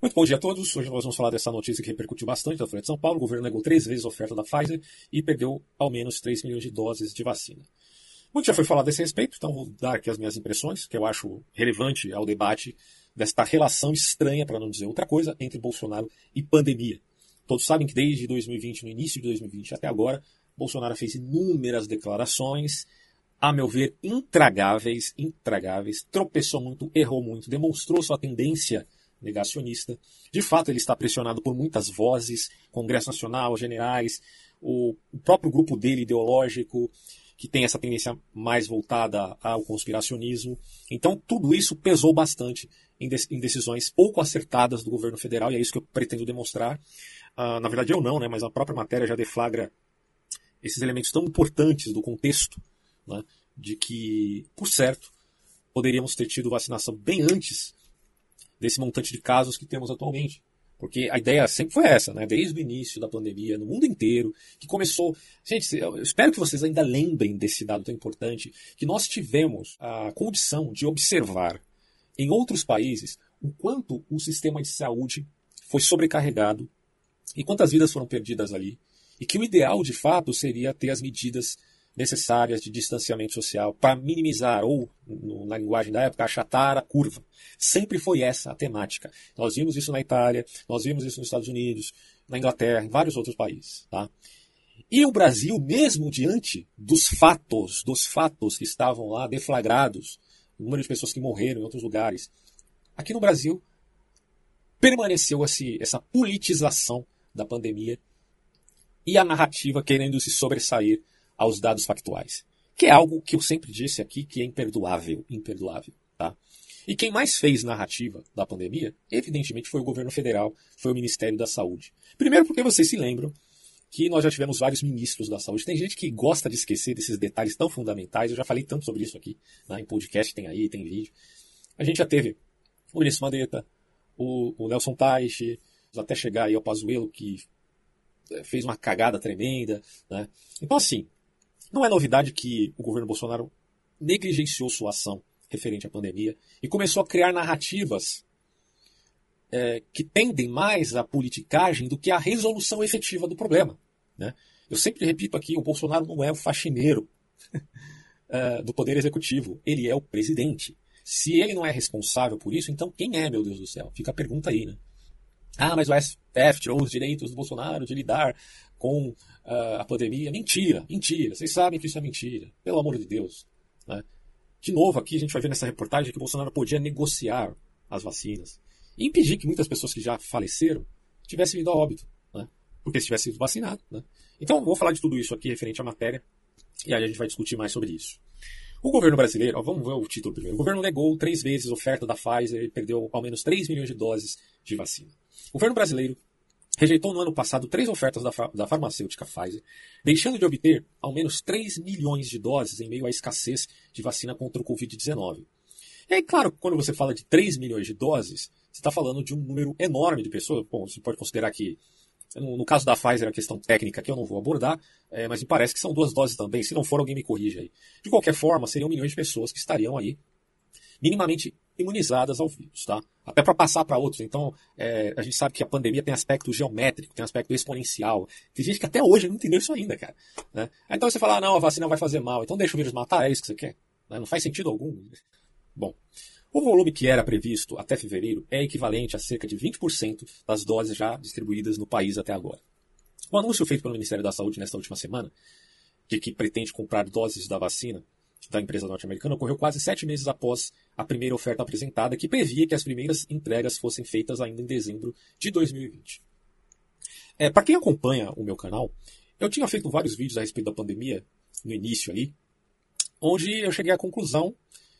Muito bom dia a todos. Hoje nós vamos falar dessa notícia que repercutiu bastante na Folha de São Paulo. O governo negou 3 vezes a oferta da Pfizer e perdeu ao menos 3 milhões de doses de vacina. Muito já foi falado a esse respeito, então vou dar aqui as minhas impressões, que eu acho relevante ao debate desta relação estranha, para não dizer outra coisa, entre Bolsonaro e pandemia. Todos sabem que desde 2020, no início de 2020 até agora, Bolsonaro fez inúmeras declarações, a meu ver, intragáveis, tropeçou muito, errou muito, demonstrou sua tendência negacionista. De fato, ele está pressionado por muitas vozes, Congresso Nacional, generais, o próprio grupo dele ideológico, que tem essa tendência mais voltada ao conspiracionismo. Então, tudo isso pesou bastante em decisões pouco acertadas do governo federal, e é isso que eu pretendo demonstrar. Na verdade, eu não, né, mas a própria matéria já deflagra esses elementos tão importantes do contexto, né, de que, por certo, poderíamos ter tido vacinação bem antes desse montante de casos que temos atualmente. Porque a ideia sempre foi essa, né? Desde o início da pandemia, no mundo inteiro, que começou... Gente, eu espero que vocês ainda lembrem desse dado tão importante, que nós tivemos a condição de observar em outros países o quanto o sistema de saúde foi sobrecarregado e quantas vidas foram perdidas ali, e que o ideal, de fato, seria ter as medidas necessárias de distanciamento social para minimizar, ou, na linguagem da época, achatar a curva. Sempre foi essa a temática. Nós vimos isso na Itália, nós vimos isso nos Estados Unidos, na Inglaterra, em vários outros países. Tá? E o Brasil, mesmo diante dos fatos que estavam lá deflagrados, o número de pessoas que morreram em outros lugares, aqui no Brasil permaneceu essa politização da pandemia e a narrativa querendo se sobressair aos dados factuais, que é algo que eu sempre disse aqui que é imperdoável, tá? E quem mais fez narrativa da pandemia, evidentemente, foi o governo federal, foi o Ministério da Saúde. Primeiro porque vocês se lembram que nós já tivemos vários ministros da saúde. Tem gente que gosta de esquecer desses detalhes tão fundamentais, eu já falei tanto sobre isso aqui, né? Em podcast tem aí, tem vídeo. A gente já teve o ministro Mandetta, o Nelson Teich, até chegar aí ao Pazuello, que fez uma cagada tremenda, né? Então, assim, não é novidade que o governo Bolsonaro negligenciou sua ação referente à pandemia e começou a criar narrativas que tendem mais à politicagem do que à resolução efetiva do problema, né? Eu sempre repito aqui, o Bolsonaro não é o faxineiro do Poder Executivo, ele é o presidente. Se ele não é responsável por isso, então quem é, meu Deus do céu? Fica a pergunta aí, né? Ah, mas o STF tirou os direitos do Bolsonaro de lidar com a pandemia. Mentira. Vocês sabem que isso é mentira. Pelo amor de Deus. Né? De novo, aqui a gente vai ver nessa reportagem que o Bolsonaro podia negociar as vacinas e impedir que muitas pessoas que já faleceram tivessem ido a óbito, né? Porque se tivesse sido vacinado. Né? Então, vou falar de tudo isso aqui referente à matéria e aí a gente vai discutir mais sobre isso. O governo brasileiro, vamos ver o título primeiro. O governo negou 3 vezes a oferta da Pfizer e perdeu ao menos 3 milhões de doses de vacina. O governo brasileiro rejeitou no ano passado 3 ofertas da farmacêutica Pfizer, deixando de obter ao menos 3 milhões de doses em meio à escassez de vacina contra o Covid-19. E aí, claro, quando você fala de 3 milhões de doses, você está falando de um número enorme de pessoas. Bom, você pode considerar que, no caso da Pfizer, a questão técnica que eu não vou abordar, mas me parece que são 2 doses também. Se não for, alguém me corrige aí. De qualquer forma, seriam milhões de pessoas que estariam aí minimamente imunizadas ao vírus, tá? Até para passar para outros. Então, a gente sabe que a pandemia tem aspecto geométrico, tem aspecto exponencial. Tem gente que até hoje não entendeu isso ainda, cara. Né? Então você fala, não, a vacina vai fazer mal, então deixa o vírus matar, é isso que você quer? Né? Não faz sentido algum. Bom, o volume que era previsto até fevereiro é equivalente a cerca de 20% das doses já distribuídas no país até agora. O anúncio feito pelo Ministério da Saúde nesta última semana, de que pretende comprar doses da vacina da empresa norte-americana, ocorreu quase 7 meses após a primeira oferta apresentada, que previa que as primeiras entregas fossem feitas ainda em dezembro de 2020. Para quem acompanha o meu canal, eu tinha feito vários vídeos a respeito da pandemia, no início ali, onde eu cheguei à conclusão,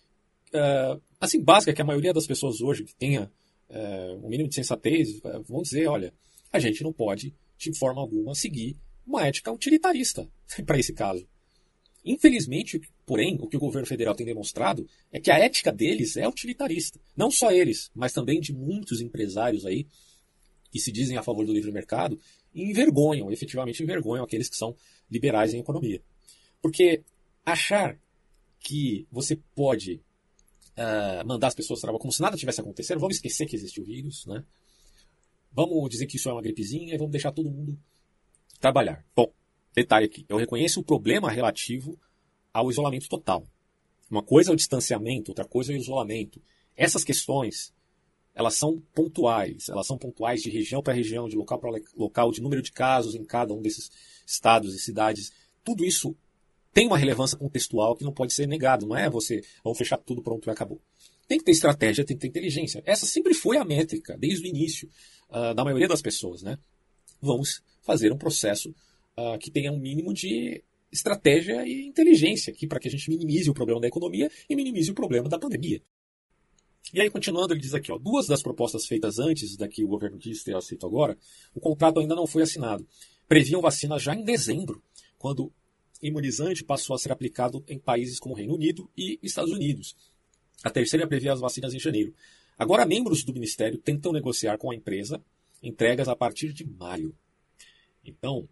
assim, básica, que a maioria das pessoas hoje que tenha um mínimo de sensatez, vão dizer, olha, a gente não pode, de forma alguma, seguir uma ética utilitarista para esse caso. Infelizmente, porém, o que o governo federal tem demonstrado é que a ética deles é utilitarista. Não só eles, mas também de muitos empresários aí que se dizem a favor do livre mercado e efetivamente envergonham aqueles que são liberais em economia. Porque achar que você pode mandar as pessoas trabalhar como se nada tivesse acontecendo, vamos esquecer que existe o vírus, né? vamos dizer que isso é uma gripezinha e vamos deixar todo mundo trabalhar. Bom, detalhe aqui, eu reconheço o problema relativo ao isolamento total. Uma coisa é o distanciamento, outra coisa é o isolamento. Essas questões, elas são pontuais de região para região, de local para local, de número de casos em cada um desses estados e cidades. Tudo isso tem uma relevância contextual que não pode ser negado. Não é vamos fechar tudo, pronto e acabou. Tem que ter estratégia, tem que ter inteligência. Essa sempre foi a métrica, desde o início, da maioria das pessoas, né? Vamos fazer um processo que tenha um mínimo de estratégia e inteligência aqui para que a gente minimize o problema da economia e minimize o problema da pandemia. E aí, continuando, ele diz aqui, duas das propostas feitas antes da que o governo diz ter aceito agora, o contrato ainda não foi assinado. Previam vacina já em dezembro, quando o imunizante passou a ser aplicado em países como Reino Unido e Estados Unidos. A terceira previa as vacinas em janeiro. Agora, membros do Ministério tentam negociar com a empresa entregas a partir de maio. Então,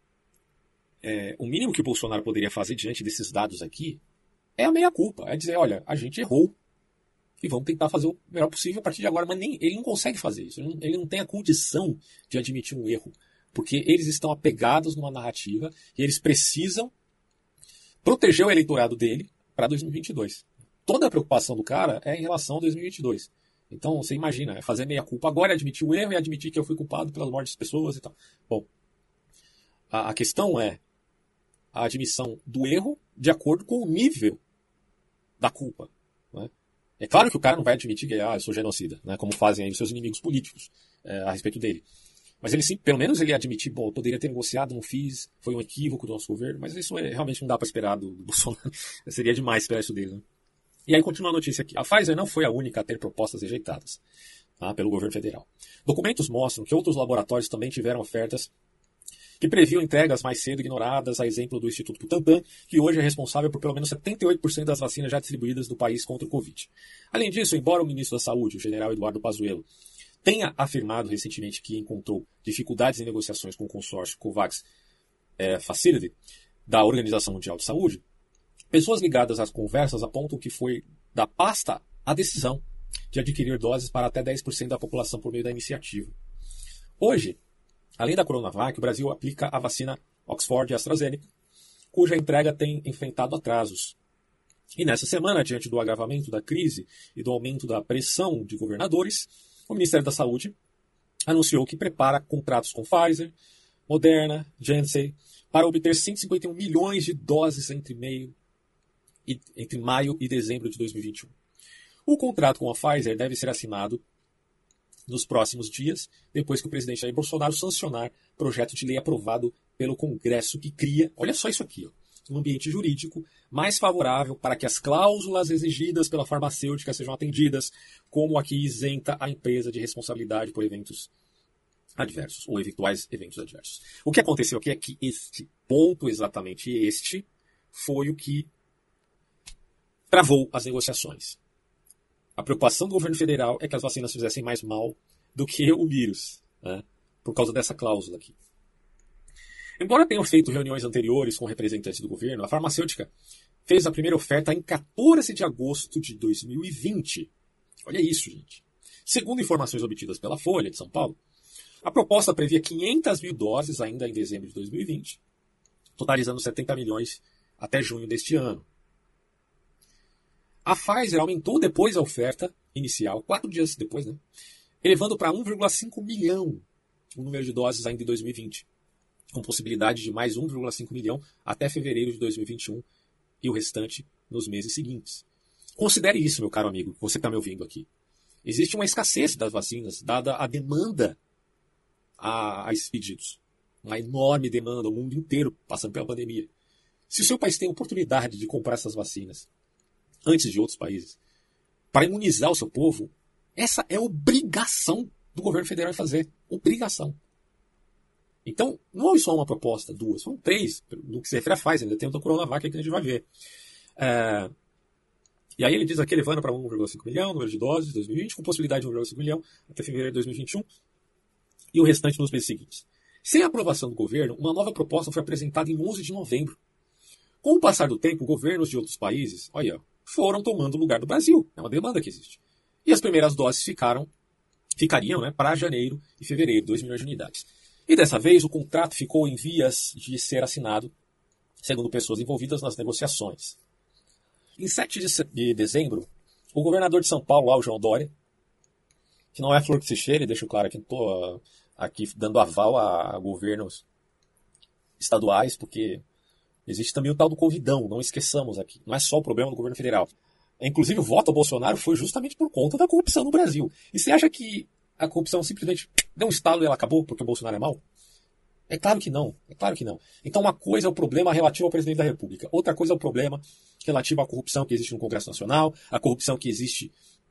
o mínimo que o Bolsonaro poderia fazer diante desses dados aqui é a meia-culpa. É dizer, olha, a gente errou e vamos tentar fazer o melhor possível a partir de agora. Mas ele não consegue fazer isso. Ele não tem a condição de admitir um erro. Porque eles estão apegados numa narrativa e eles precisam proteger o eleitorado dele para 2022. Toda a preocupação do cara é em relação a 2022. Então, você imagina, fazer meia-culpa agora é admitir o erro e admitir que eu fui culpado pelas mortes das pessoas e tal. Bom, a questão é a admissão do erro de acordo com o nível da culpa. Né? É claro que o cara não vai admitir que eu sou genocida, né? Como fazem aí os seus inimigos políticos a respeito dele. Mas ele sim, pelo menos ele admitir, bom, eu poderia ter negociado, não fiz, foi um equívoco do nosso governo, mas isso realmente não dá para esperar do Bolsonaro. Seria demais esperar isso dele. Né? E aí continua a notícia aqui. A Pfizer não foi a única a ter propostas rejeitadas pelo governo federal. Documentos mostram que outros laboratórios também tiveram ofertas que previam entregas mais cedo ignoradas, a exemplo do Instituto Butantan, que hoje é responsável por pelo menos 78% das vacinas já distribuídas do país contra o Covid. Além disso, embora o ministro da Saúde, o general Eduardo Pazuello, tenha afirmado recentemente que encontrou dificuldades em negociações com o consórcio COVAX Facility da Organização Mundial de Saúde, pessoas ligadas às conversas apontam que foi da pasta a decisão de adquirir doses para até 10% da população por meio da iniciativa. Hoje, além da Coronavac, o Brasil aplica a vacina Oxford e AstraZeneca, cuja entrega tem enfrentado atrasos. E nessa semana, diante do agravamento da crise e do aumento da pressão de governadores, o Ministério da Saúde anunciou que prepara contratos com Pfizer, Moderna, Janssen, para obter 151 milhões de doses entre maio e dezembro de 2021. O contrato com a Pfizer deve ser assinado nos próximos dias, depois que o presidente Jair Bolsonaro sancionar projeto de lei aprovado pelo Congresso que cria, olha só isso aqui, um ambiente jurídico mais favorável para que as cláusulas exigidas pela farmacêutica sejam atendidas, como a que isenta a empresa de responsabilidade por eventos adversos, ou eventuais eventos adversos. O que aconteceu aqui é que este ponto, exatamente este, foi o que travou as negociações. A preocupação do governo federal é que as vacinas fizessem mais mal do que o vírus, né? Por causa dessa cláusula aqui. Embora tenham feito reuniões anteriores com representantes do governo, a farmacêutica fez a primeira oferta em 14 de agosto de 2020. Olha isso, gente. Segundo informações obtidas pela Folha de São Paulo, a proposta previa 500 mil doses ainda em dezembro de 2020, totalizando 70 milhões até junho deste ano. A Pfizer aumentou depois a oferta inicial, 4 dias depois, né? Elevando para 1,5 milhão o número de doses ainda em 2020, com possibilidade de mais 1,5 milhão até fevereiro de 2021 e o restante nos meses seguintes. Considere isso, meu caro amigo, você que está me ouvindo aqui. Existe uma escassez das vacinas, dada a demanda a esses pedidos. Uma enorme demanda, o mundo inteiro passando pela pandemia. Se o seu país tem a oportunidade de comprar essas vacinas antes de outros países, para imunizar o seu povo, essa é obrigação do governo federal fazer. Obrigação. Então, não é só uma proposta, duas, são 3, no que se refere a Pfizer, ainda tem o da Coronavac que a gente vai ver. E aí ele diz aqui, levando para 1,5 milhão, número de doses de 2020, com possibilidade de 1,5 milhão até fevereiro de 2021, e o restante nos meses seguintes. Sem a aprovação do governo, uma nova proposta foi apresentada em 11 de novembro. Com o passar do tempo, governos de outros países, foram tomando o lugar do Brasil. É uma demanda que existe. E as primeiras doses ficaram ficariam, né, para janeiro e fevereiro, 2 milhões de unidades. E dessa vez o contrato ficou em vias de ser assinado, segundo pessoas envolvidas nas negociações. Em 7 de dezembro, o governador de São Paulo, lá, o João Dória, que não é flor que se cheire, deixo claro que não estou aqui dando aval a governos estaduais, porque existe também o tal do Covidão, não esqueçamos aqui. Não é só o problema do governo federal. Inclusive, o voto ao Bolsonaro foi justamente por conta da corrupção no Brasil. E você acha que a corrupção simplesmente deu um estalo e ela acabou porque o Bolsonaro é mau? É claro que não, é claro que não. Então uma coisa é o problema relativo ao presidente da República, outra coisa é o problema relativo à corrupção que existe no Congresso Nacional, a corrupção que existe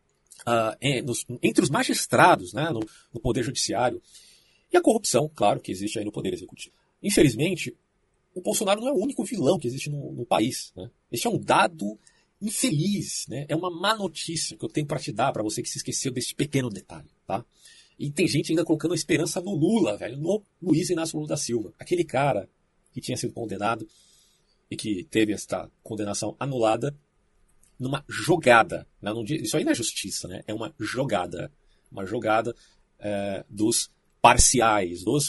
entre os magistrados, né, no Poder Judiciário, e a corrupção, claro, que existe aí no Poder Executivo. Infelizmente, o Bolsonaro não é o único vilão que existe no país. Né? Este é um dado infeliz, né? É uma má notícia que eu tenho para te dar, para você que se esqueceu desse pequeno detalhe. Tá? E tem gente ainda colocando a esperança no Lula, velho, no Luiz Inácio Lula da Silva. Aquele cara que tinha sido condenado e que teve esta condenação anulada numa jogada. Né? Isso aí não é justiça, né? É uma jogada. Uma jogada dos parciais do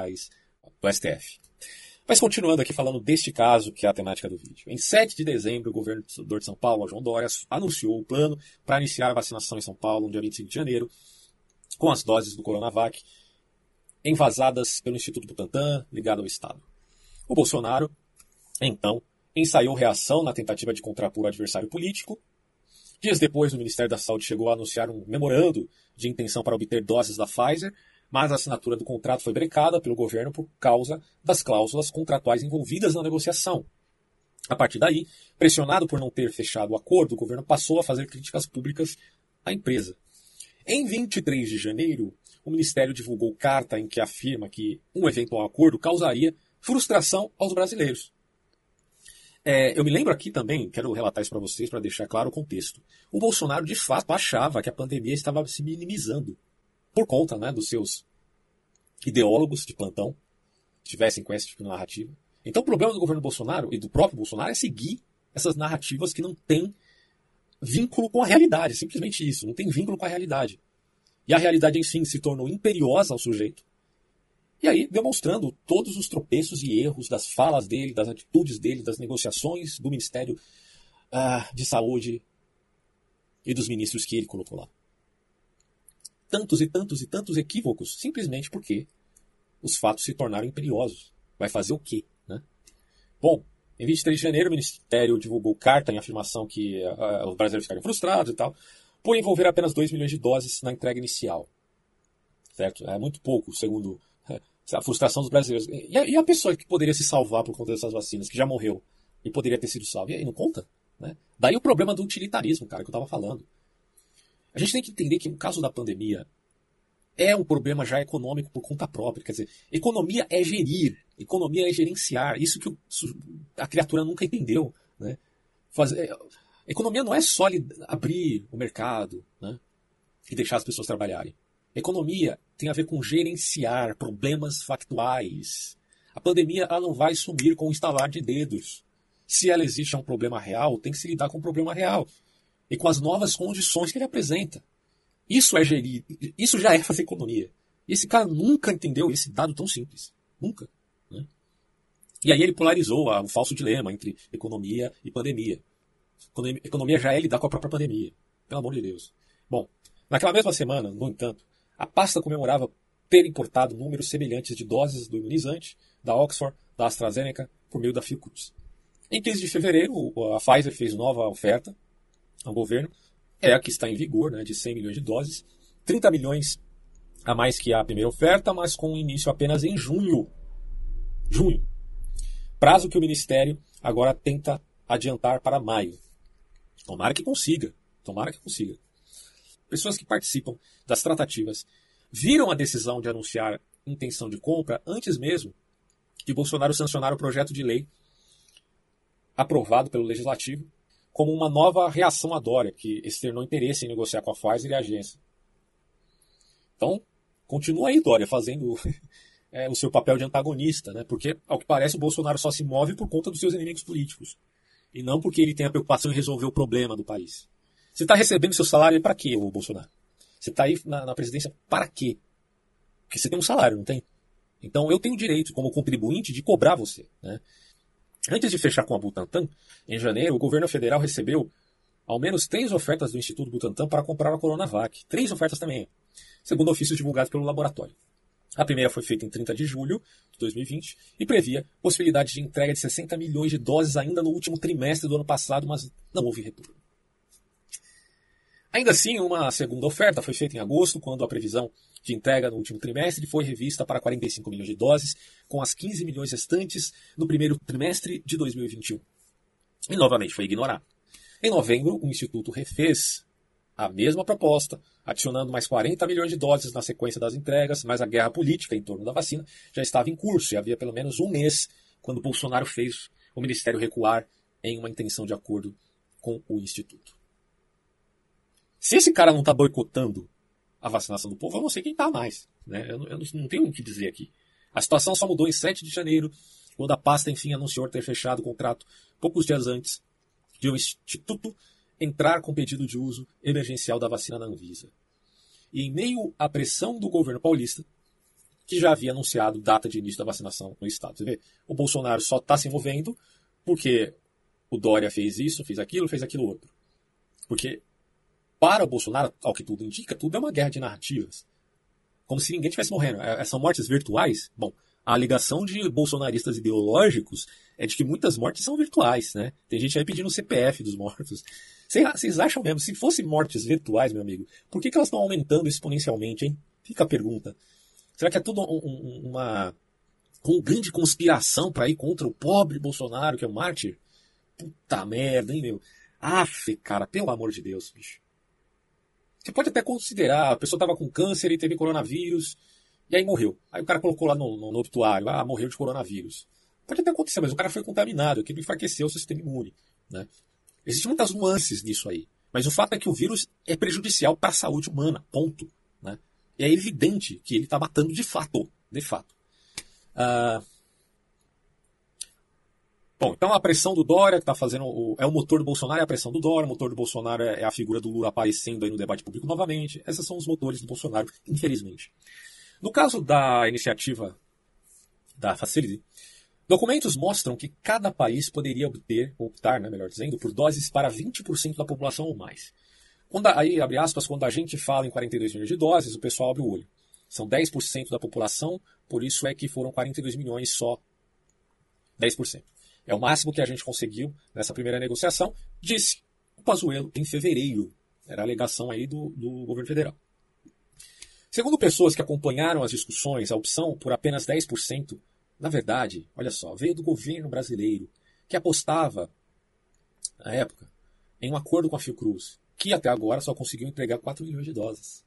STF. Mas continuando aqui falando deste caso, que é a temática do vídeo. Em 7 de dezembro, o governador de São Paulo, João Dória, anunciou o plano para iniciar a vacinação em São Paulo no dia 25 de janeiro, com as doses do Coronavac envasadas pelo Instituto Butantan, ligado ao Estado. O Bolsonaro, então, ensaiou reação na tentativa de contrapor o adversário político. Dias depois, o Ministério da Saúde chegou a anunciar um memorando de intenção para obter doses da Pfizer, mas a assinatura do contrato foi brecada pelo governo por causa das cláusulas contratuais envolvidas na negociação. A partir daí, pressionado por não ter fechado o acordo, o governo passou a fazer críticas públicas à empresa. Em 23 de janeiro, o Ministério divulgou carta em que afirma que um eventual acordo causaria frustração aos brasileiros. Eu me lembro aqui também, quero relatar isso para vocês para deixar claro o contexto. O Bolsonaro, de fato, achava que a pandemia estava se minimizando por conta, né, dos seus ideólogos de plantão que tivessem com esse tipo de narrativa. Então o problema do governo Bolsonaro e do próprio Bolsonaro é seguir essas narrativas que não têm vínculo com a realidade. Simplesmente isso, não tem vínculo com a realidade. E a realidade, enfim, se tornou imperiosa ao sujeito. E aí, demonstrando todos os tropeços e erros das falas dele, das atitudes dele, das negociações do Ministério de Saúde e dos ministros que ele colocou lá. Tantos e tantos e tantos equívocos, simplesmente porque os fatos se tornaram imperiosos. Vai fazer o quê? Né? Bom, em 23 de janeiro, o Ministério divulgou carta em afirmação que os brasileiros ficariam frustrados e tal, por envolver apenas 2 milhões de doses na entrega inicial. Certo? É muito pouco, segundo a frustração dos brasileiros. E a pessoa que poderia se salvar por conta dessas vacinas, que já morreu e poderia ter sido salva? E aí, não conta? Né? Daí o problema do utilitarismo, cara, que eu estava falando. A gente tem que entender que no caso da pandemia é um problema já econômico por conta própria. Quer dizer, economia é gerir, economia é gerenciar. Isso que a criatura nunca entendeu. Né? Economia não é só abrir o mercado, né, e deixar as pessoas trabalharem. Economia tem a ver com gerenciar problemas factuais. A pandemia ela não vai sumir com o estalar de dedos. Se ela existe um problema real, tem que se lidar com o problema real. E com as novas condições que ele apresenta. Isso é gerir, isso já é fazer economia. E esse cara nunca entendeu esse dado tão simples. Nunca. Né? E aí ele polarizou o falso dilema entre economia e pandemia. Economia já é lidar com a própria pandemia. Pelo amor de Deus. Bom, naquela mesma semana, no entanto, a pasta comemorava ter importado números semelhantes de doses do imunizante, da Oxford, da AstraZeneca, por meio da Fiocruz. Em 15 de fevereiro, a Pfizer fez nova oferta ao governo, a que está em vigor, né, de 100 milhões de doses, 30 milhões a mais que a primeira oferta, mas com início apenas em junho. Junho. Prazo que o Ministério agora tenta adiantar para maio. Tomara que consiga. Tomara que consiga. Pessoas que participam das tratativas viram a decisão de anunciar intenção de compra antes mesmo de Bolsonaro sancionar o projeto de lei aprovado pelo Legislativo como uma nova reação à Dória, que externou interesse em negociar com a Pfizer e a agência. Então, continua aí, Dória, fazendo o seu papel de antagonista, né? Porque, ao que parece, o Bolsonaro só se move por conta dos seus inimigos políticos. E não porque ele tem a preocupação em resolver o problema do país. Você está recebendo seu salário para quê, o Bolsonaro? Você está aí na presidência para quê? Porque você tem um salário, não tem? Então eu tenho o direito, como contribuinte, de cobrar você, né? Antes de fechar com a Butantan, em janeiro, o governo federal recebeu ao menos 3 ofertas do Instituto Butantan para comprar a Coronavac. 3 ofertas também, segundo ofícios divulgados pelo laboratório. A primeira foi feita em 30 de julho de 2020 e previa possibilidade de entrega de 60 milhões de doses ainda no último trimestre do ano passado, mas não houve retorno. Ainda assim, uma segunda oferta foi feita em agosto, quando a previsão de entrega no último trimestre foi revista para 45 milhões de doses, com as 15 milhões restantes no primeiro trimestre de 2021. E novamente foi ignorado. Em novembro, o Instituto refez a mesma proposta, adicionando mais 40 milhões de doses na sequência das entregas, mas a guerra política em torno da vacina já estava em curso e havia pelo menos um mês quando Bolsonaro fez o Ministério recuar em uma intenção de acordo com o Instituto. Se esse cara não está boicotando a vacinação do povo, eu não sei quem está mais, né? Eu não tenho o que dizer aqui. A situação só mudou em 7 de janeiro, quando a pasta enfim anunciou ter fechado o contrato poucos dias antes de o Instituto entrar com pedido de uso emergencial da vacina na Anvisa. E em meio à pressão do governo paulista, que já havia anunciado data de início da vacinação no estado. Você vê, o Bolsonaro só está se envolvendo porque o Dória fez isso, fez aquilo outro. Porque para o Bolsonaro, ao que tudo indica, tudo é uma guerra de narrativas. Como se ninguém estivesse morrendo. São mortes virtuais? Bom, a alegação de bolsonaristas ideológicos é de que muitas mortes são virtuais, né? Tem gente aí pedindo o CPF dos mortos. Vocês acham mesmo, se fossem mortes virtuais, meu amigo, por que elas estão aumentando exponencialmente, hein? Fica a pergunta. Será que é tudo uma grande conspiração para ir contra o pobre Bolsonaro, que é um mártir? Puta merda, hein, meu? Aff, cara, pelo amor de Deus, bicho. Você pode até considerar, a pessoa estava com câncer e teve coronavírus, e aí morreu. Aí o cara colocou lá no obituário, morreu de coronavírus. Pode até acontecer, mas o cara foi contaminado, aquilo enfraqueceu o sistema imune, né? Existem muitas nuances nisso aí. Mas o fato é que o vírus é prejudicial para a saúde humana, ponto, né? E é evidente que ele está matando de fato, de fato. Bom, então a pressão do Dória, que está fazendo. É o motor do Bolsonaro, é a pressão do Dória, o motor do Bolsonaro é a figura do Lula aparecendo aí no debate público novamente. Esses são os motores do Bolsonaro, infelizmente. No caso da iniciativa da Facility, documentos mostram que cada país poderia optar, né, melhor dizendo, por doses para 20% da população ou mais. Aí, abre aspas, quando a gente fala em 42 milhões de doses, o pessoal abre o olho. São 10% da população, por isso é que foram 42 milhões só 10%. É o máximo que a gente conseguiu nessa primeira negociação, disse o Pazuello em fevereiro. Era a alegação aí do governo federal. Segundo pessoas que acompanharam as discussões, a opção por apenas 10%, na verdade, olha só, veio do governo brasileiro, que apostava, na época, em um acordo com a Fiocruz, que até agora só conseguiu entregar 4 milhões de doses.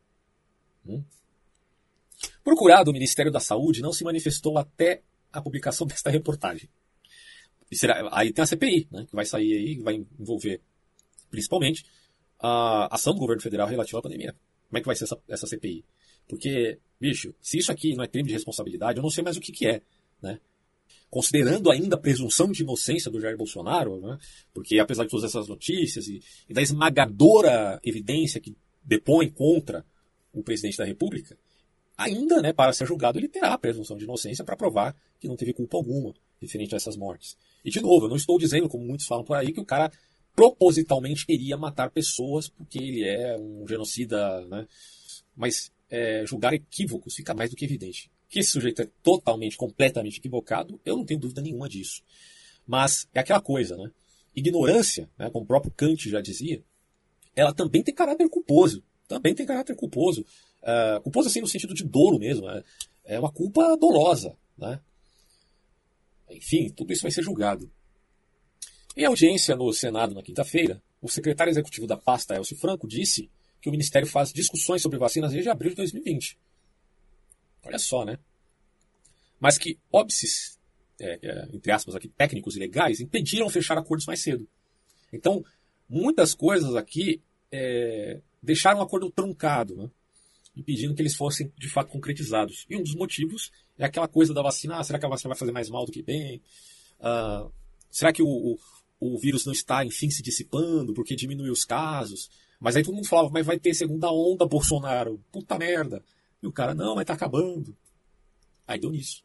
Procurado, o Ministério da Saúde não se manifestou até a publicação desta reportagem. Aí tem a CPI, né, que vai sair aí, que vai envolver principalmente a ação do governo federal relativa à pandemia. Como é que vai ser essa CPI? Porque, bicho, se isso aqui não é crime de responsabilidade, eu não sei mais o que é, né? Considerando ainda a presunção de inocência do Jair Bolsonaro, né? Porque apesar de todas essas notícias e da esmagadora evidência que depõe contra o presidente da República, ainda, né, para ser julgado, ele terá a presunção de inocência para provar que não teve culpa alguma referente a essas mortes. E, de novo, eu não estou dizendo, como muitos falam por aí, que o cara propositalmente queria matar pessoas porque ele é um genocida, né? Mas julgar equívocos fica mais do que evidente. Que esse sujeito é totalmente, completamente equivocado, eu não tenho dúvida nenhuma disso. Mas é aquela coisa, né? Ignorância, né, como o próprio Kant já dizia, ela também tem caráter culposo. Também tem caráter culposo. Culposo assim no sentido de dolo mesmo. É uma culpa dolosa, né? Enfim, tudo isso vai ser julgado. Em audiência no Senado na quinta-feira, o secretário executivo da pasta, Elcio Franco, disse que o Ministério faz discussões sobre vacinas desde abril de 2020. Olha só, né? Mas que óbices, entre aspas aqui, técnicos e legais, impediram fechar acordos mais cedo. Então, muitas coisas aqui deixaram o acordo truncado, né? Impedindo que eles fossem, de fato, concretizados. E um dos motivos é aquela coisa da vacina. Será que a vacina vai fazer mais mal do que bem? Será que o vírus não está, enfim, se dissipando porque diminui os casos? Mas aí todo mundo falava, mas vai ter segunda onda, Bolsonaro. Puta merda. E o cara, não, mas tá acabando. Aí deu nisso.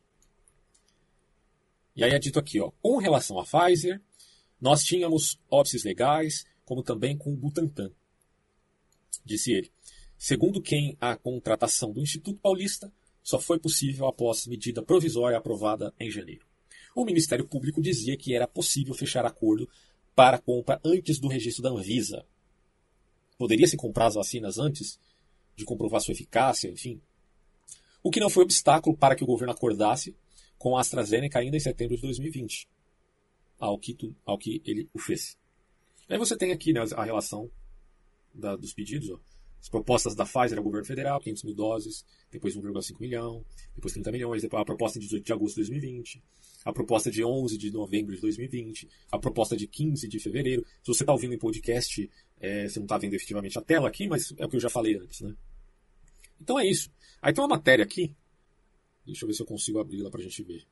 E aí é dito aqui, ó, com relação à Pfizer, nós tínhamos óbices legais, como também com o Butantan, disse ele. Segundo quem a contratação do Instituto Paulista só foi possível após medida provisória aprovada em janeiro. O Ministério Público dizia que era possível fechar acordo para compra antes do registro da Anvisa. Poderia-se comprar as vacinas antes de comprovar sua eficácia, enfim. O que não foi obstáculo para que o governo acordasse com a AstraZeneca ainda em setembro de 2020, ao que ele o fez. Aí você tem aqui, né, a relação dos pedidos. Ó. As propostas da Pfizer ao governo federal, 500 mil doses, depois 1,5 milhão, depois 30 milhões, depois a proposta de 18 de agosto de 2020, a proposta de 11 de novembro de 2020, a proposta de 15 de fevereiro. Se você está ouvindo em podcast, você não está vendo efetivamente a tela aqui, mas é o que eu já falei antes, né? Então é isso. Aí tem uma matéria aqui. Deixa eu ver se eu consigo abri-la para a gente ver.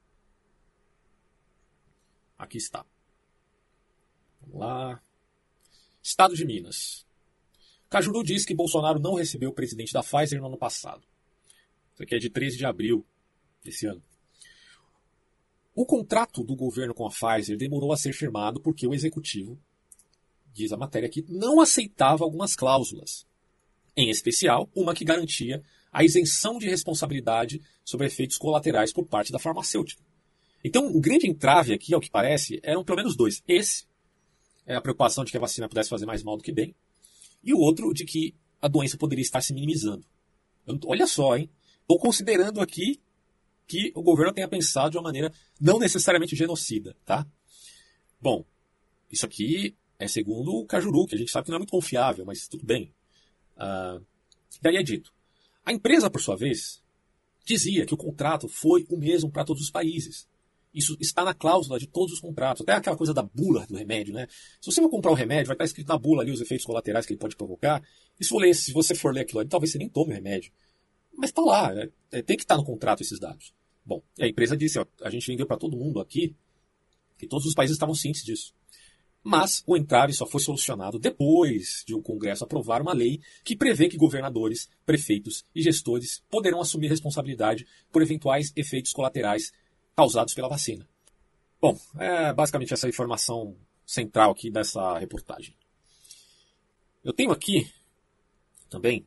Aqui está. Vamos lá. Estado de Minas. Cajuru diz que Bolsonaro não recebeu o presidente da Pfizer no ano passado. Isso aqui é de 13 de abril desse ano. O contrato do governo com a Pfizer demorou a ser firmado porque o executivo, diz a matéria aqui, não aceitava algumas cláusulas. Em especial, uma que garantia a isenção de responsabilidade sobre efeitos colaterais por parte da farmacêutica. Então, o grande entrave aqui, ao que parece, eram pelo menos dois. Esse é a preocupação de que a vacina pudesse fazer mais mal do que bem, e o outro de que a doença poderia estar se minimizando. Olha só, hein? Estou considerando aqui que o governo tenha pensado de uma maneira não necessariamente genocida, tá? Bom, isso aqui é segundo o Cajuru, que a gente sabe que não é muito confiável, mas tudo bem. Daí é dito. A empresa, por sua vez, dizia que o contrato foi o mesmo para todos os países. Isso está na cláusula de todos os contratos. Até aquela coisa da bula do remédio, né? Se você for comprar um remédio, vai estar escrito na bula ali os efeitos colaterais que ele pode provocar. E se você for ler aquilo ali, talvez você nem tome o remédio. Mas está lá, tem que estar no contrato esses dados. Bom, a empresa disse, ó, a gente vendeu para todo mundo aqui, que todos os países estavam cientes disso. Mas o entrave só foi solucionado depois de o Congresso aprovar uma lei que prevê que governadores, prefeitos e gestores poderão assumir responsabilidade por eventuais efeitos colaterais causados pela vacina. Bom, é basicamente essa informação central aqui dessa reportagem. Eu tenho aqui também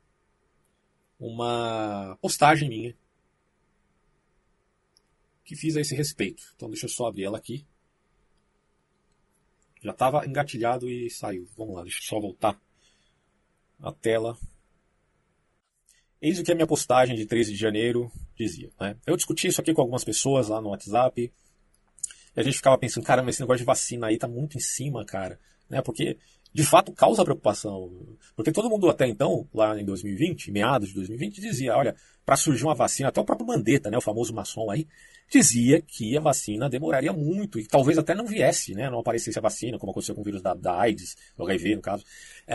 uma postagem minha que fiz a esse respeito. Então deixa eu só abrir ela aqui. Já estava engatilhado e saiu. Vamos lá, deixa eu só voltar a tela. Eis o que a minha postagem de 13 de janeiro dizia. Né? Eu discuti isso aqui com algumas pessoas lá no WhatsApp. E a gente ficava pensando, caramba, esse negócio de vacina aí tá muito em cima, cara. Né? Porque, de fato, causa preocupação. Porque todo mundo até então, lá em 2020, meados de 2020, dizia, olha, para surgir uma vacina, até o próprio Mandetta, né, o famoso maçom aí, dizia que a vacina demoraria muito e talvez até não viesse, né, não aparecesse a vacina, como aconteceu com o vírus da AIDS, do HIV no caso.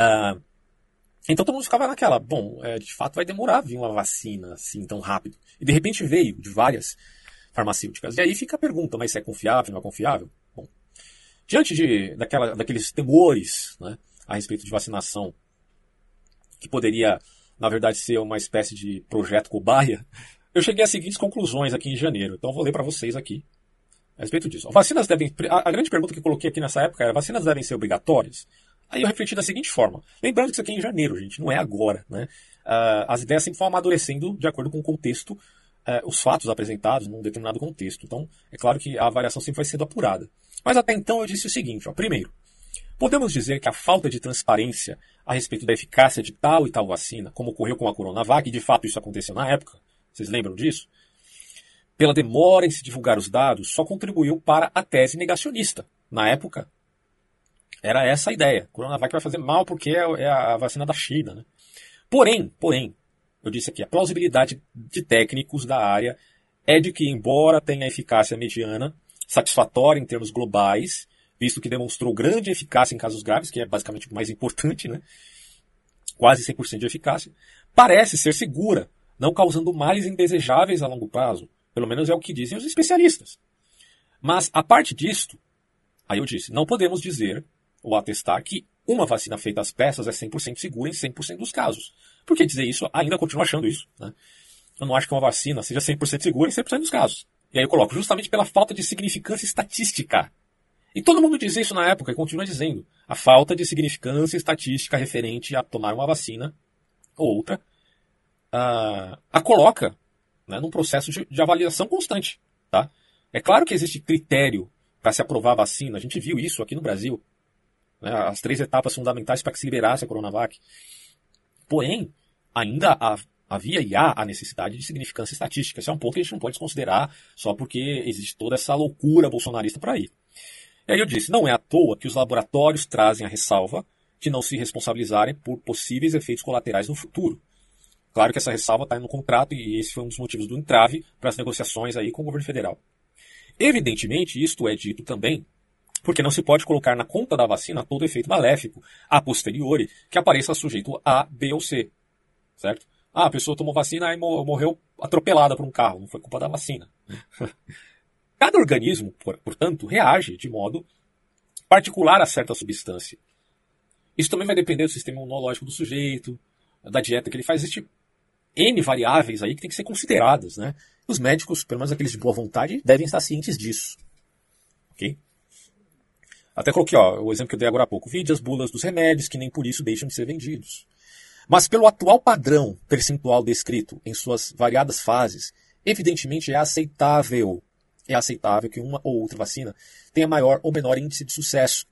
Então todo mundo ficava naquela, bom, de fato vai demorar vir uma vacina assim tão rápido. E de repente veio de várias farmacêuticas. E aí fica a pergunta, mas se é confiável, não é confiável? Bom, diante daqueles temores, né, a respeito de vacinação, que poderia, na verdade, ser uma espécie de projeto cobaia, eu cheguei às seguintes conclusões aqui em janeiro. Então eu vou ler para vocês aqui a respeito disso. A grande pergunta que eu coloquei aqui nessa época era, vacinas devem ser obrigatórias? Aí eu refleti da seguinte forma. Lembrando que isso aqui é em janeiro, gente, não é agora. Né? As ideias sempre vão amadurecendo de acordo com o contexto, os fatos apresentados num determinado contexto. Então, é claro que a avaliação sempre vai sendo apurada. Mas até então eu disse o seguinte. Ó, primeiro, podemos dizer que a falta de transparência a respeito da eficácia de tal e tal vacina, como ocorreu com a Coronavac, e de fato isso aconteceu na época, vocês lembram disso? Pela demora em se divulgar os dados, só contribuiu para a tese negacionista. Na época, era essa a ideia. Coronavac vai fazer mal porque é a vacina da China. Né? Porém, eu disse aqui, a plausibilidade de técnicos da área é de que, embora tenha eficácia mediana, satisfatória em termos globais, visto que demonstrou grande eficácia em casos graves, que é basicamente o mais importante, né? Quase 100% de eficácia, parece ser segura, não causando males indesejáveis a longo prazo. Pelo menos é o que dizem os especialistas. Mas, a parte disto, aí eu disse, não podemos dizer ou atestar que uma vacina feita às peças é 100% segura em 100% dos casos. Por que dizer isso? Ainda continuo achando isso. Né? Eu não acho que uma vacina seja 100% segura em 100% dos casos. E aí eu coloco justamente pela falta de significância estatística. E todo mundo dizia isso na época e continua dizendo. A falta de significância estatística referente a tomar uma vacina ou outra a coloca, né, num processo de avaliação constante. Tá? É claro que existe critério para se aprovar a vacina. A gente viu isso aqui no Brasil. Né, as 3 etapas fundamentais para que se liberasse a Coronavac. Porém, ainda havia e há a necessidade de significância estatística. Esse é um ponto que a gente não pode desconsiderar só porque existe toda essa loucura bolsonarista por aí. E aí eu disse, não é à toa que os laboratórios trazem a ressalva de não se responsabilizarem por possíveis efeitos colaterais no futuro. Claro que essa ressalva está no contrato e esse foi um dos motivos do entrave para as negociações aí com o governo federal. Evidentemente, isto é dito também porque não se pode colocar na conta da vacina todo efeito maléfico, a posteriori, que apareça sujeito A, B ou C. Certo? A pessoa tomou vacina e morreu atropelada por um carro, não foi culpa da vacina. Cada organismo, portanto, reage de modo particular a certa substância. Isso também vai depender do sistema imunológico do sujeito, da dieta que ele faz. Existem N variáveis aí que tem que ser consideradas. Né? Os médicos, pelo menos aqueles de boa vontade, devem estar cientes disso. Ok? Até coloquei o exemplo que eu dei agora há pouco. Vide as bulas dos remédios, que nem por isso deixam de ser vendidos. Mas pelo atual padrão percentual descrito em suas variadas fases, evidentemente é aceitável que uma ou outra vacina tenha maior ou menor índice de sucesso.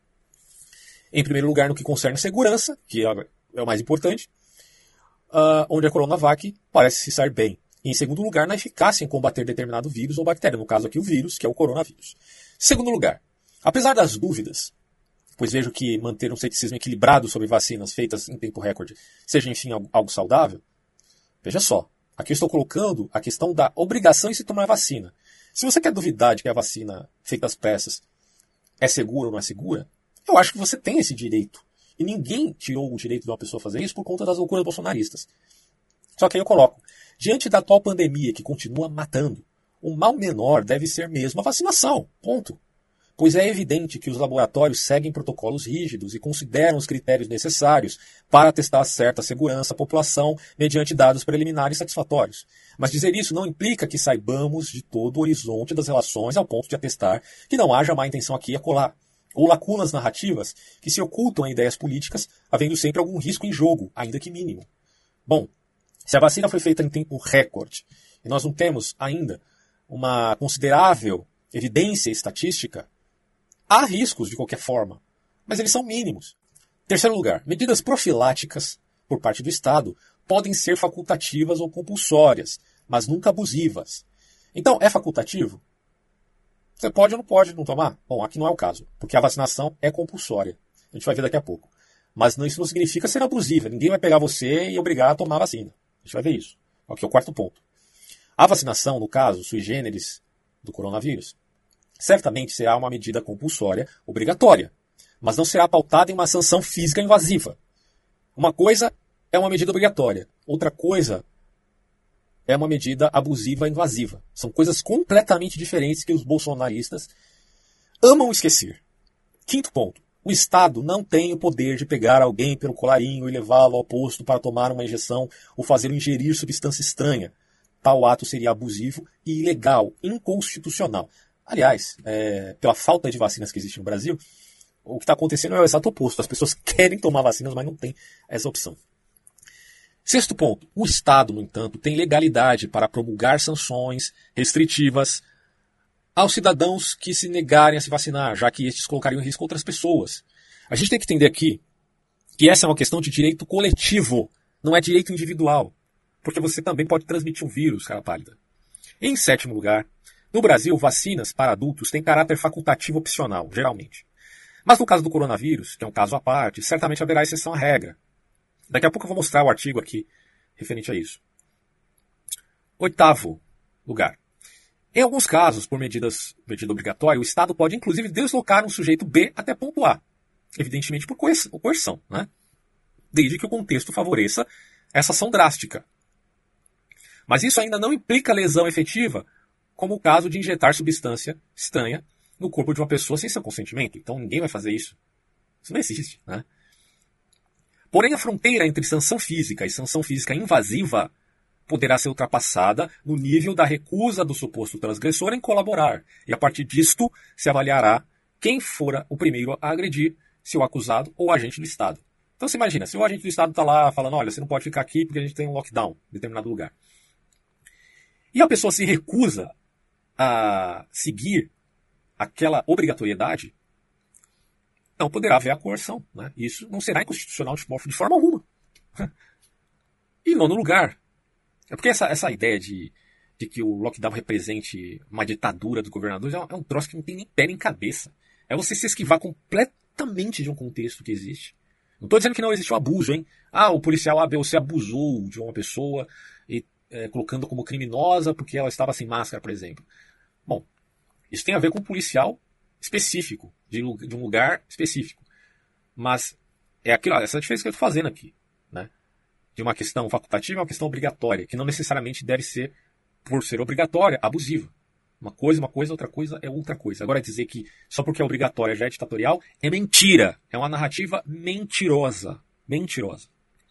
Em primeiro lugar, no que concerne segurança, que é o mais importante, onde a Coronavac parece se sair bem. E em segundo lugar, na eficácia em combater determinado vírus ou bactéria, no caso aqui o vírus, que é o coronavírus. Segundo lugar, apesar das dúvidas, pois vejo que manter um ceticismo equilibrado sobre vacinas feitas em tempo recorde seja, enfim, algo saudável, veja só, aqui eu estou colocando a questão da obrigação em se tomar vacina. Se você quer duvidar de que a vacina feita às peças é segura ou não é segura, eu acho que você tem esse direito. E ninguém tirou o direito de uma pessoa fazer isso por conta das loucuras bolsonaristas. Só que aí eu coloco, diante da atual pandemia que continua matando, o mal menor deve ser mesmo a vacinação. Ponto. Pois é evidente que os laboratórios seguem protocolos rígidos e consideram os critérios necessários para testar certa segurança à população mediante dados preliminares satisfatórios. Mas dizer isso não implica que saibamos de todo o horizonte das relações ao ponto de atestar que não haja má intenção aqui e acolá, ou lacunas narrativas que se ocultam em ideias políticas, havendo sempre algum risco em jogo, ainda que mínimo. Bom, se a vacina foi feita em tempo recorde e nós não temos ainda uma considerável evidência estatística, há riscos de qualquer forma, mas eles são mínimos. Terceiro lugar, medidas profiláticas por parte do Estado podem ser facultativas ou compulsórias, mas nunca abusivas. Então, é facultativo? Você pode ou não pode não tomar? Bom, aqui não é o caso, porque a vacinação é compulsória. A gente vai ver daqui a pouco. Mas isso não significa ser abusiva. Ninguém vai pegar você e obrigar a tomar a vacina. A gente vai ver isso. Aqui é o quarto ponto. A vacinação, no caso, sui generis do coronavírus, certamente será uma medida compulsória, obrigatória, mas não será pautada em uma sanção física invasiva. Uma coisa é uma medida obrigatória, outra coisa é uma medida abusiva invasiva. São coisas completamente diferentes que os bolsonaristas amam esquecer. Quinto ponto. O Estado não tem o poder de pegar alguém pelo colarinho e levá-lo ao posto para tomar uma injeção ou fazê-lo ingerir substância estranha. Tal ato seria abusivo e ilegal, inconstitucional. Aliás, pela falta de vacinas que existe no Brasil, o que está acontecendo é o exato oposto. As pessoas querem tomar vacinas, mas não tem essa opção. Sexto ponto. O Estado, no entanto, tem legalidade para promulgar sanções restritivas aos cidadãos que se negarem a se vacinar, já que estes colocariam em risco outras pessoas. A gente tem que entender aqui que essa é uma questão de direito coletivo, não é direito individual. Porque você também pode transmitir um vírus, cara pálida. Em sétimo lugar, no Brasil, vacinas para adultos têm caráter facultativo opcional, geralmente. Mas no caso do coronavírus, que é um caso à parte, certamente haverá exceção à regra. Daqui a pouco eu vou mostrar o artigo aqui referente a isso. Oitavo lugar. Em alguns casos, por medida obrigatória, o Estado pode inclusive deslocar um sujeito B até ponto A. Evidentemente por coerção, né? Desde que o contexto favoreça essa ação drástica. Mas isso ainda não implica lesão efetiva, como o caso de injetar substância estranha no corpo de uma pessoa sem seu consentimento. Então ninguém vai fazer isso. Isso não existe, né? Porém, a fronteira entre sanção física e sanção física invasiva poderá ser ultrapassada no nível da recusa do suposto transgressor em colaborar. E a partir disto se avaliará quem fora o primeiro a agredir, se o acusado ou o agente do Estado. Então você imagina, se o agente do Estado está lá falando, olha, você não pode ficar aqui porque a gente tem um lockdown em determinado lugar. E a pessoa se recusa a seguir aquela obrigatoriedade, não poderá haver a coerção. Né? Isso não será inconstitucional de forma alguma. E nono lugar, é porque essa ideia de que o lockdown represente uma ditadura dos governadores é um troço que não tem nem pé nem cabeça. É você se esquivar completamente de um contexto que existe. Não estou dizendo que não existe um abuso, hein? Ah, o policial A, B ou C abusou de uma pessoa e colocando como criminosa porque ela estava sem máscara, por exemplo. Bom, isso tem a ver com um policial específico, de um lugar específico. Mas é aquilo, essa diferença que eu estou fazendo aqui. Né? De uma questão facultativa a uma questão obrigatória, que não necessariamente deve ser, por ser obrigatória, abusiva. Uma coisa, outra coisa é outra coisa. Agora dizer que só porque é obrigatória já é ditatorial é mentira. É uma narrativa mentirosa. Mentirosa.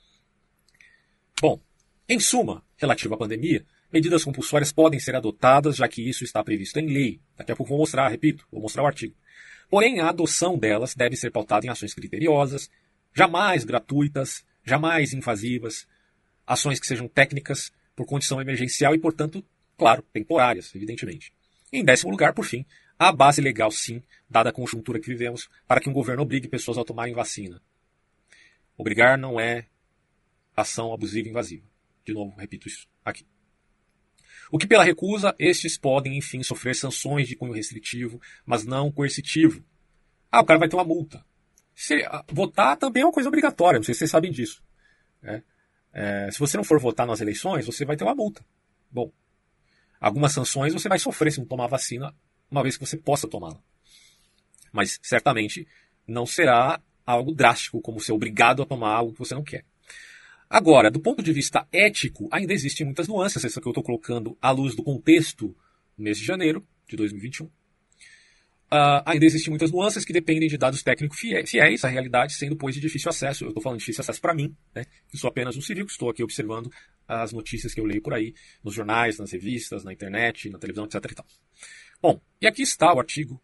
Bom, em suma, relativo à pandemia, medidas compulsórias podem ser adotadas, já que isso está previsto em lei. Daqui a pouco vou mostrar o artigo. Porém, a adoção delas deve ser pautada em ações criteriosas, jamais gratuitas, jamais invasivas, ações que sejam técnicas, por condição emergencial e, portanto, claro, temporárias, evidentemente. Em 10º lugar, por fim, há base legal, sim, dada a conjuntura que vivemos, para que um governo obrigue pessoas a tomarem vacina. Obrigar não é ação abusiva e invasiva. De novo, repito isso aqui. O que pela recusa, estes podem, enfim, sofrer sanções de cunho restritivo, mas não coercitivo. Ah, o cara vai ter uma multa. Votar também é uma coisa obrigatória, não sei se vocês sabem disso. Se você não for votar nas eleições, você vai ter uma multa. Bom, algumas sanções você vai sofrer se não tomar vacina, uma vez que você possa tomá-la. Mas, certamente, não será algo drástico, como ser obrigado a tomar algo que você não quer. Agora, do ponto de vista ético, ainda existem muitas nuances, essa que eu estou colocando à luz do contexto no mês de janeiro de 2021. Ainda existem muitas nuances que dependem de dados técnicos fiéis à realidade, sendo, pois, de difícil acesso. Eu estou falando de difícil acesso para mim, né, que sou apenas um civil, que estou aqui observando as notícias que eu leio por aí, nos jornais, nas revistas, na internet, na televisão, etc. E tal. Bom, e aqui está o artigo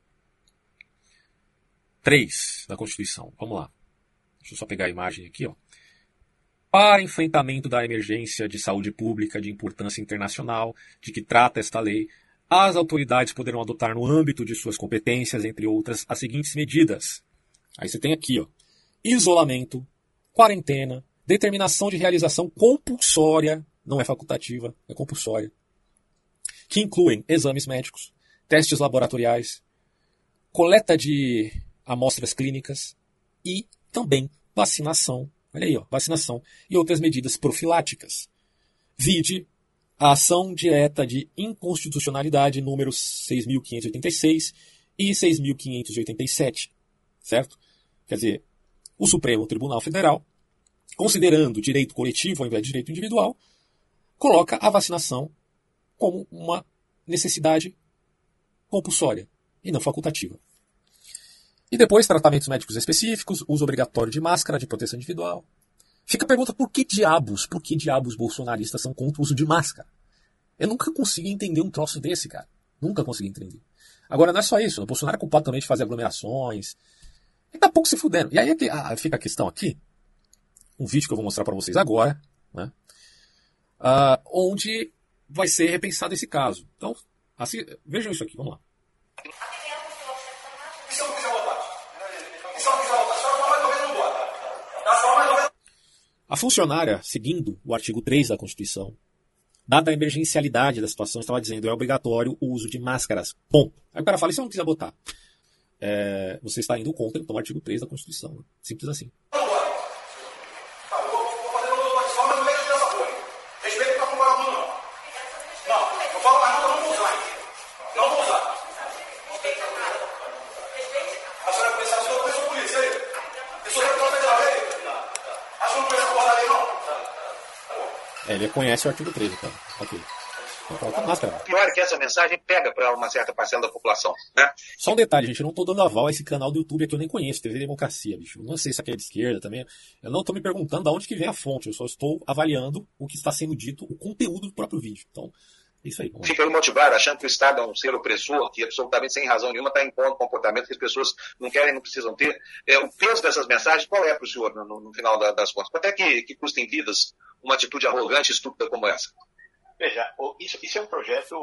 3 da Constituição. Vamos lá. Deixa eu só pegar a imagem aqui, ó. Para enfrentamento da emergência de saúde pública de importância internacional de que trata esta lei, as autoridades poderão adotar no âmbito de suas competências, entre outras, as seguintes medidas. Aí você tem aqui, ó, isolamento, quarentena, determinação de realização compulsória, não é facultativa, é compulsória, que incluem exames médicos, testes laboratoriais, coleta de amostras clínicas e também vacinação. Olha aí, ó, vacinação e outras medidas profiláticas. Vide a ação direta de inconstitucionalidade números 6.586 e 6.587, certo? Quer dizer, o Supremo Tribunal Federal, considerando direito coletivo ao invés de direito individual, coloca a vacinação como uma necessidade compulsória e não facultativa. E depois, tratamentos médicos específicos, uso obrigatório de máscara, de proteção individual. Fica a pergunta, por que diabos bolsonaristas são contra o uso de máscara? Eu nunca consegui entender um troço desse, cara. Nunca consegui entender. Agora, não é só isso. O Bolsonaro é culpado também de fazer aglomerações. Ele tá pouco se fudendo. E aí fica a questão aqui, um vídeo que eu vou mostrar para vocês agora, né, onde vai ser repensado esse caso. Então, assim, vejam isso aqui, vamos lá. A funcionária, seguindo o artigo 3 da Constituição, dada a emergencialidade da situação, estava dizendo é obrigatório o uso de máscaras. Ponto. Aí o cara fala, e se eu não quiser botar? Você está indo contra então, o artigo 3 da Constituição. Né? Simples assim. Ele conhece o artigo 13, cara. Ok. Então, coloca máscara. O pior é que essa mensagem pega para uma certa parcela da população, né? Só um detalhe, gente, eu não tô dando aval a esse canal do YouTube que eu nem conheço, TV Democracia, bicho. Eu não sei se aqui é de esquerda também. Eu não tô me perguntando de onde que vem a fonte, eu só estou avaliando o que está sendo dito, o conteúdo do próprio vídeo. Então, é isso aí. Fica aí motivado, achando que o Estado é um ser opressor, que absolutamente sem razão nenhuma está impondo comportamento que as pessoas não querem, não precisam ter. O peso dessas mensagens, qual é para o senhor no final das contas? Quanto é que custa em vidas uma atitude arrogante e estúpida como essa? Veja, isso é um projeto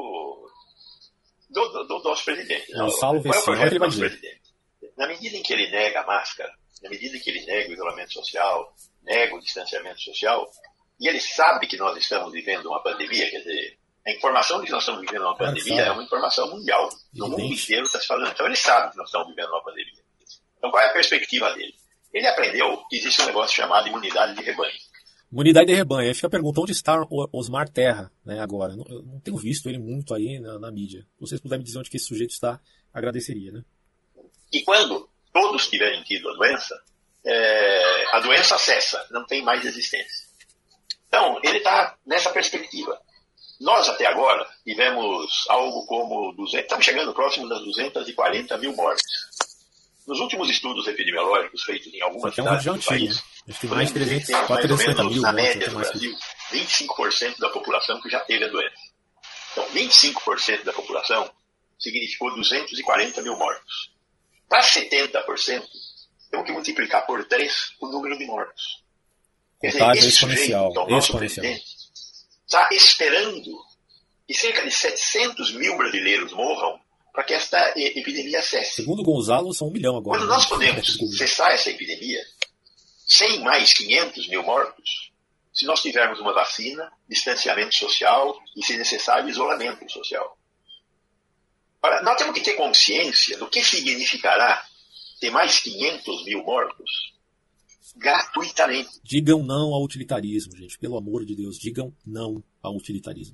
do nosso presidente. Gonçalo Vecino, ele vai dizer. Presidente. Na medida em que ele nega a máscara, na medida em que ele nega o isolamento social, nega o distanciamento social, e ele sabe que nós estamos vivendo uma pandemia, quer dizer, a informação de que nós estamos vivendo uma pandemia é uma informação mundial. No mundo inteiro está se falando. Então ele sabe que nós estamos vivendo uma pandemia. Então qual é a perspectiva dele? Ele aprendeu que existe um negócio chamado imunidade de rebanho. Imunidade de rebanho. Aí fica a pergunta, onde está o Osmar Terra, né, agora? Eu não tenho visto ele muito aí na mídia. Se vocês puderem me dizer onde que esse sujeito está, agradeceria, né? E quando todos tiverem tido a doença cessa, não tem mais existência. Então, ele está nessa perspectiva. Nós, até agora, tivemos algo como estamos chegando próximo das 240 mil mortes. Nos últimos estudos epidemiológicos feitos em algumas cidades do país, acho que mais de 300, mais ou menos, mil, na média do Brasil, 25% da população que já teve a doença. Então, 25% da população significou 240 mil mortos. Para 70%, temos que multiplicar por 3 o número de mortos. Quer dizer, esse sujeito, o nosso presidente, está esperando que cerca de 700 mil brasileiros morram para que esta epidemia cesse. Segundo Gonzalo, são 1 milhão agora. Quando nós podemos cessar essa epidemia, sem mais 500 mil mortos, se nós tivermos uma vacina, distanciamento social e, se necessário, isolamento social. Ora, nós temos que ter consciência do que significará ter mais 500 mil mortos gratuitamente. Digam não ao utilitarismo, gente. Pelo amor de Deus, digam não ao utilitarismo.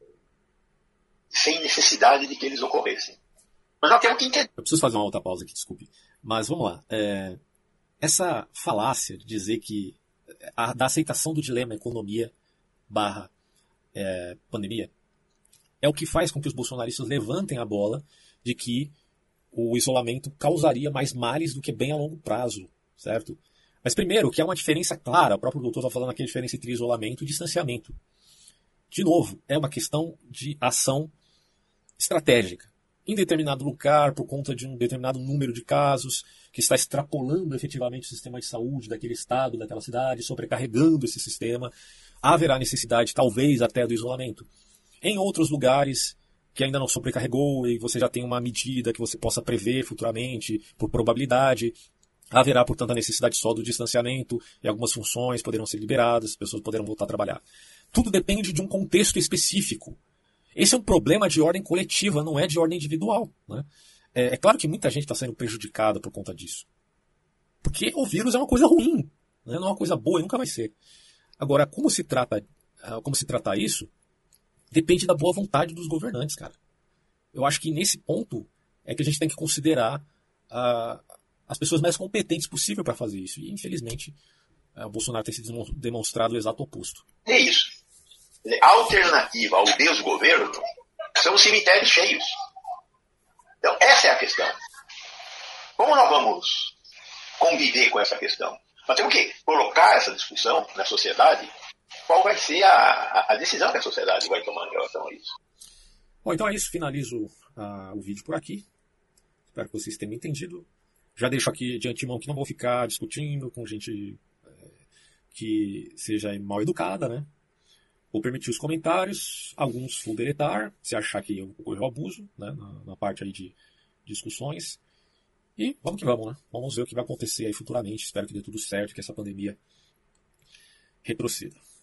Sem necessidade de que eles ocorressem. Mas nós temos que entender. Eu preciso fazer uma outra pausa aqui, desculpe. Mas vamos lá. Essa falácia de dizer que da aceitação do dilema economia barra pandemia é o que faz com que os bolsonaristas levantem a bola de que o isolamento causaria mais males do que bem a longo prazo, certo? Mas primeiro, que há uma diferença clara, o próprio doutor está falando aqui a diferença entre isolamento e distanciamento. De novo, é uma questão de ação estratégica. Em determinado lugar, por conta de um determinado número de casos, que está extrapolando efetivamente o sistema de saúde daquele estado, daquela cidade, sobrecarregando esse sistema, haverá necessidade, talvez, até do isolamento. Em outros lugares que ainda não sobrecarregou e você já tem uma medida que você possa prever futuramente, por probabilidade, haverá, portanto, a necessidade só do distanciamento e algumas funções poderão ser liberadas, as pessoas poderão voltar a trabalhar. Tudo depende de um contexto específico. Esse é um problema de ordem coletiva, não é de ordem individual, né? É claro que muita gente está sendo prejudicada por conta disso. Porque o vírus é uma coisa ruim, né? Não é uma coisa boa e nunca vai ser. Agora, como se trata isso, depende da boa vontade dos governantes, cara. Eu acho que nesse ponto é que a gente tem que considerar as pessoas mais competentes possível para fazer isso. E, infelizmente, o Bolsonaro tem se demonstrado o exato oposto. É isso. A alternativa ao desgoverno são os cemitérios cheios. Então, essa é a questão. Como nós vamos conviver com essa questão? Nós temos que colocar essa discussão na sociedade, qual vai ser a decisão que a sociedade vai tomar em relação a isso. Bom, então é isso. Finalizo o vídeo por aqui. Espero que vocês tenham entendido. Já deixo aqui de antemão que não vou ficar discutindo com gente que seja mal educada, né? Vou permitir os comentários, alguns vou deletar, se achar que ocorreu abuso, né, na parte aí de discussões. E vamos que vamos, né? Vamos ver o que vai acontecer aí futuramente. Espero que dê tudo certo, que essa pandemia retroceda.